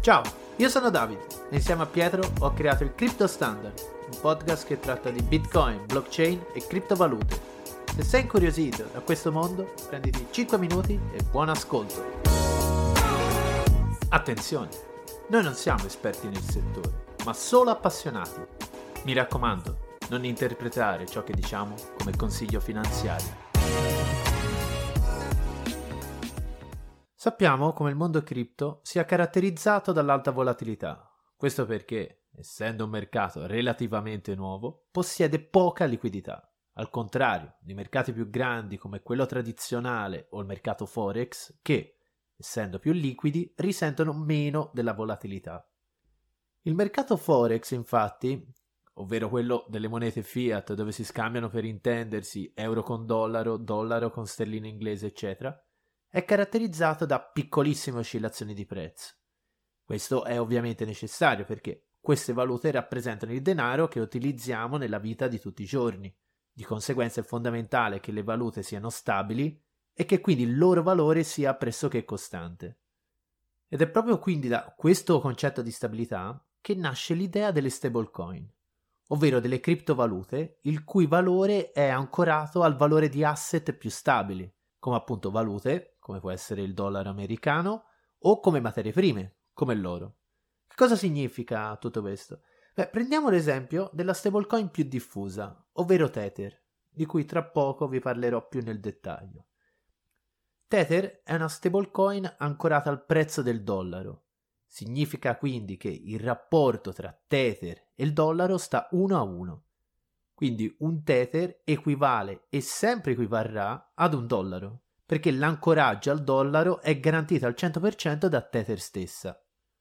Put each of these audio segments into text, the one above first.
Ciao, io sono Davide e insieme a Pietro ho creato il Crypto Standard, un podcast che tratta di Bitcoin, blockchain e criptovalute. Se sei incuriosito da questo mondo, prenditi 5 minuti e buon ascolto. Attenzione, noi non siamo esperti nel settore, ma solo appassionati. Mi raccomando, non interpretare ciò che diciamo come consiglio finanziario. Sappiamo come il mondo cripto sia caratterizzato dall'alta volatilità. Questo perché, essendo un mercato relativamente nuovo, possiede poca liquidità. Al contrario di mercati più grandi come quello tradizionale o il mercato Forex, che, essendo più liquidi, risentono meno della volatilità. Il mercato Forex, infatti, ovvero quello delle monete fiat dove si scambiano per intendersi euro con dollaro, dollaro con sterlina inglese, eccetera, è caratterizzato da piccolissime oscillazioni di prezzo. Questo è ovviamente necessario perché queste valute rappresentano il denaro che utilizziamo nella vita di tutti i giorni. Di conseguenza è fondamentale che le valute siano stabili e che quindi il loro valore sia pressoché costante. Ed è proprio quindi da questo concetto di stabilità che nasce l'idea delle stablecoin, ovvero delle criptovalute il cui valore è ancorato al valore di asset più stabili, come appunto valute, come può essere il dollaro americano, o come materie prime, come l'oro. Che cosa significa tutto questo? Prendiamo l'esempio della stablecoin più diffusa, ovvero Tether, di cui tra poco vi parlerò più nel dettaglio. Tether è una stablecoin ancorata al prezzo del dollaro. Significa quindi che il rapporto tra Tether e il dollaro sta 1-1. Quindi un Tether equivale e sempre equivarrà ad un dollaro, perché l'ancoraggio al dollaro è garantito al 100% da Tether stessa.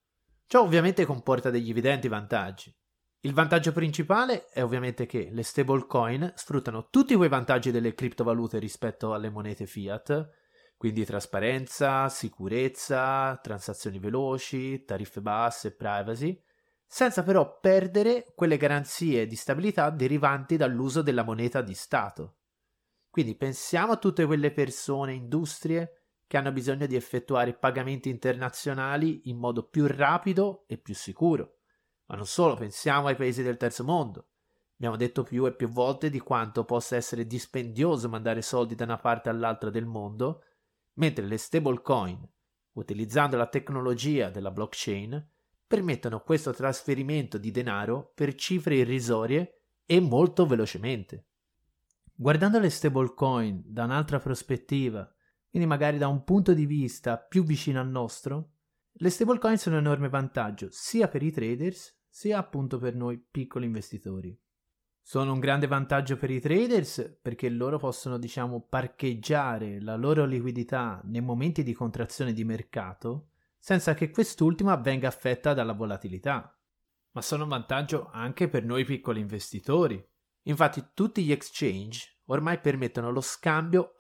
Ciò ovviamente comporta degli evidenti vantaggi. Il vantaggio principale è ovviamente che le stablecoin sfruttano tutti quei vantaggi delle criptovalute rispetto alle monete fiat, quindi trasparenza, sicurezza, transazioni veloci, tariffe basse e privacy, senza però perdere quelle garanzie di stabilità derivanti dall'uso della moneta di Stato. Quindi pensiamo a tutte quelle persone, industrie, che hanno bisogno di effettuare pagamenti internazionali in modo più rapido e più sicuro. Ma non solo, pensiamo ai paesi del terzo mondo. Abbiamo detto più e più volte di quanto possa essere dispendioso mandare soldi da una parte all'altra del mondo, mentre le stablecoin, utilizzando la tecnologia della blockchain, permettono questo trasferimento di denaro per cifre irrisorie e molto velocemente. Guardando le stablecoin da un'altra prospettiva, quindi magari da un punto di vista più vicino al nostro, le stablecoin sono un enorme vantaggio sia per i traders sia appunto per noi piccoli investitori. Sono un grande vantaggio per i traders perché loro possono, parcheggiare la loro liquidità nei momenti di contrazione di mercato senza che quest'ultima venga affetta dalla volatilità. Ma sono un vantaggio anche per noi piccoli investitori. Infatti tutti gli exchange ormai permettono lo scambio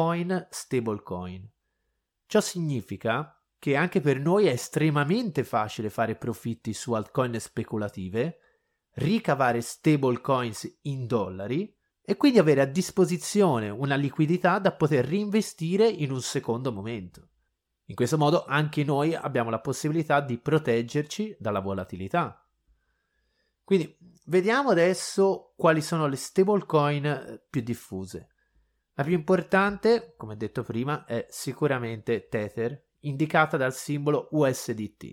altcoin-stablecoin. Ciò significa che anche per noi è estremamente facile fare profitti su altcoin speculative, ricavare stablecoins in dollari e quindi avere a disposizione una liquidità da poter reinvestire in un secondo momento. In questo modo anche noi abbiamo la possibilità di proteggerci dalla volatilità. Quindi vediamo adesso quali sono le stablecoin più diffuse. La più importante, come detto prima, è sicuramente Tether, indicata dal simbolo USDT.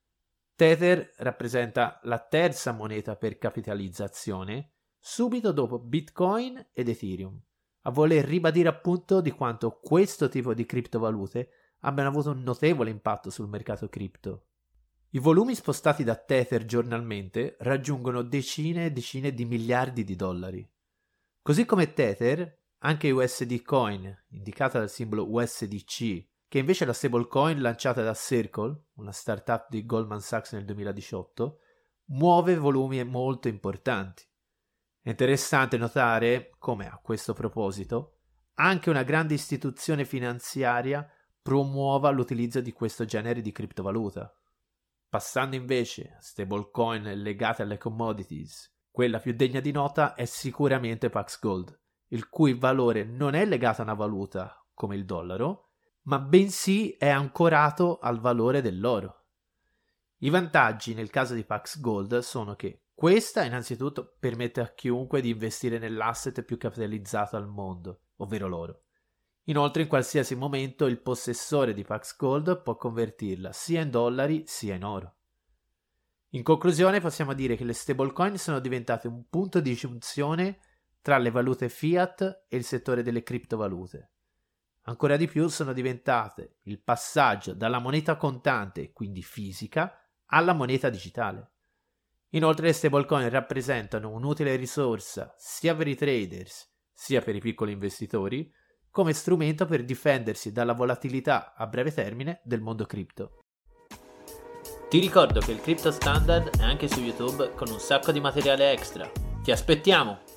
Tether rappresenta la terza moneta per capitalizzazione, subito dopo Bitcoin ed Ethereum, a voler ribadire appunto di quanto questo tipo di criptovalute abbiano avuto un notevole impatto sul mercato cripto. I volumi spostati da Tether giornalmente raggiungono decine e decine di miliardi di dollari. Così come Tether, anche USD Coin, indicata dal simbolo USDC, che invece è la stablecoin lanciata da Circle, una startup di Goldman Sachs nel 2018, muove volumi molto importanti. È interessante notare come, a questo proposito, anche una grande istituzione finanziaria promuova l'utilizzo di questo genere di criptovaluta. Passando invece a stablecoin legate alle commodities, quella più degna di nota è sicuramente Pax Gold, il cui valore non è legato a una valuta come il dollaro, ma bensì è ancorato al valore dell'oro. I vantaggi nel caso di Pax Gold sono che questa innanzitutto permette a chiunque di investire nell'asset più capitalizzato al mondo, ovvero l'oro. Inoltre in qualsiasi momento il possessore di Pax Gold può convertirla sia in dollari sia in oro. In conclusione possiamo dire che le stablecoin sono diventate un punto di giunzione tra le valute fiat e il settore delle criptovalute. Ancora di più sono diventate il passaggio dalla moneta contante, quindi fisica, alla moneta digitale. Inoltre le stablecoin rappresentano un'utile risorsa sia per i traders sia per i piccoli investitori come strumento per difendersi dalla volatilità a breve termine del mondo cripto. Ti ricordo che il Crypto Standard è anche su YouTube con un sacco di materiale extra. Ti aspettiamo!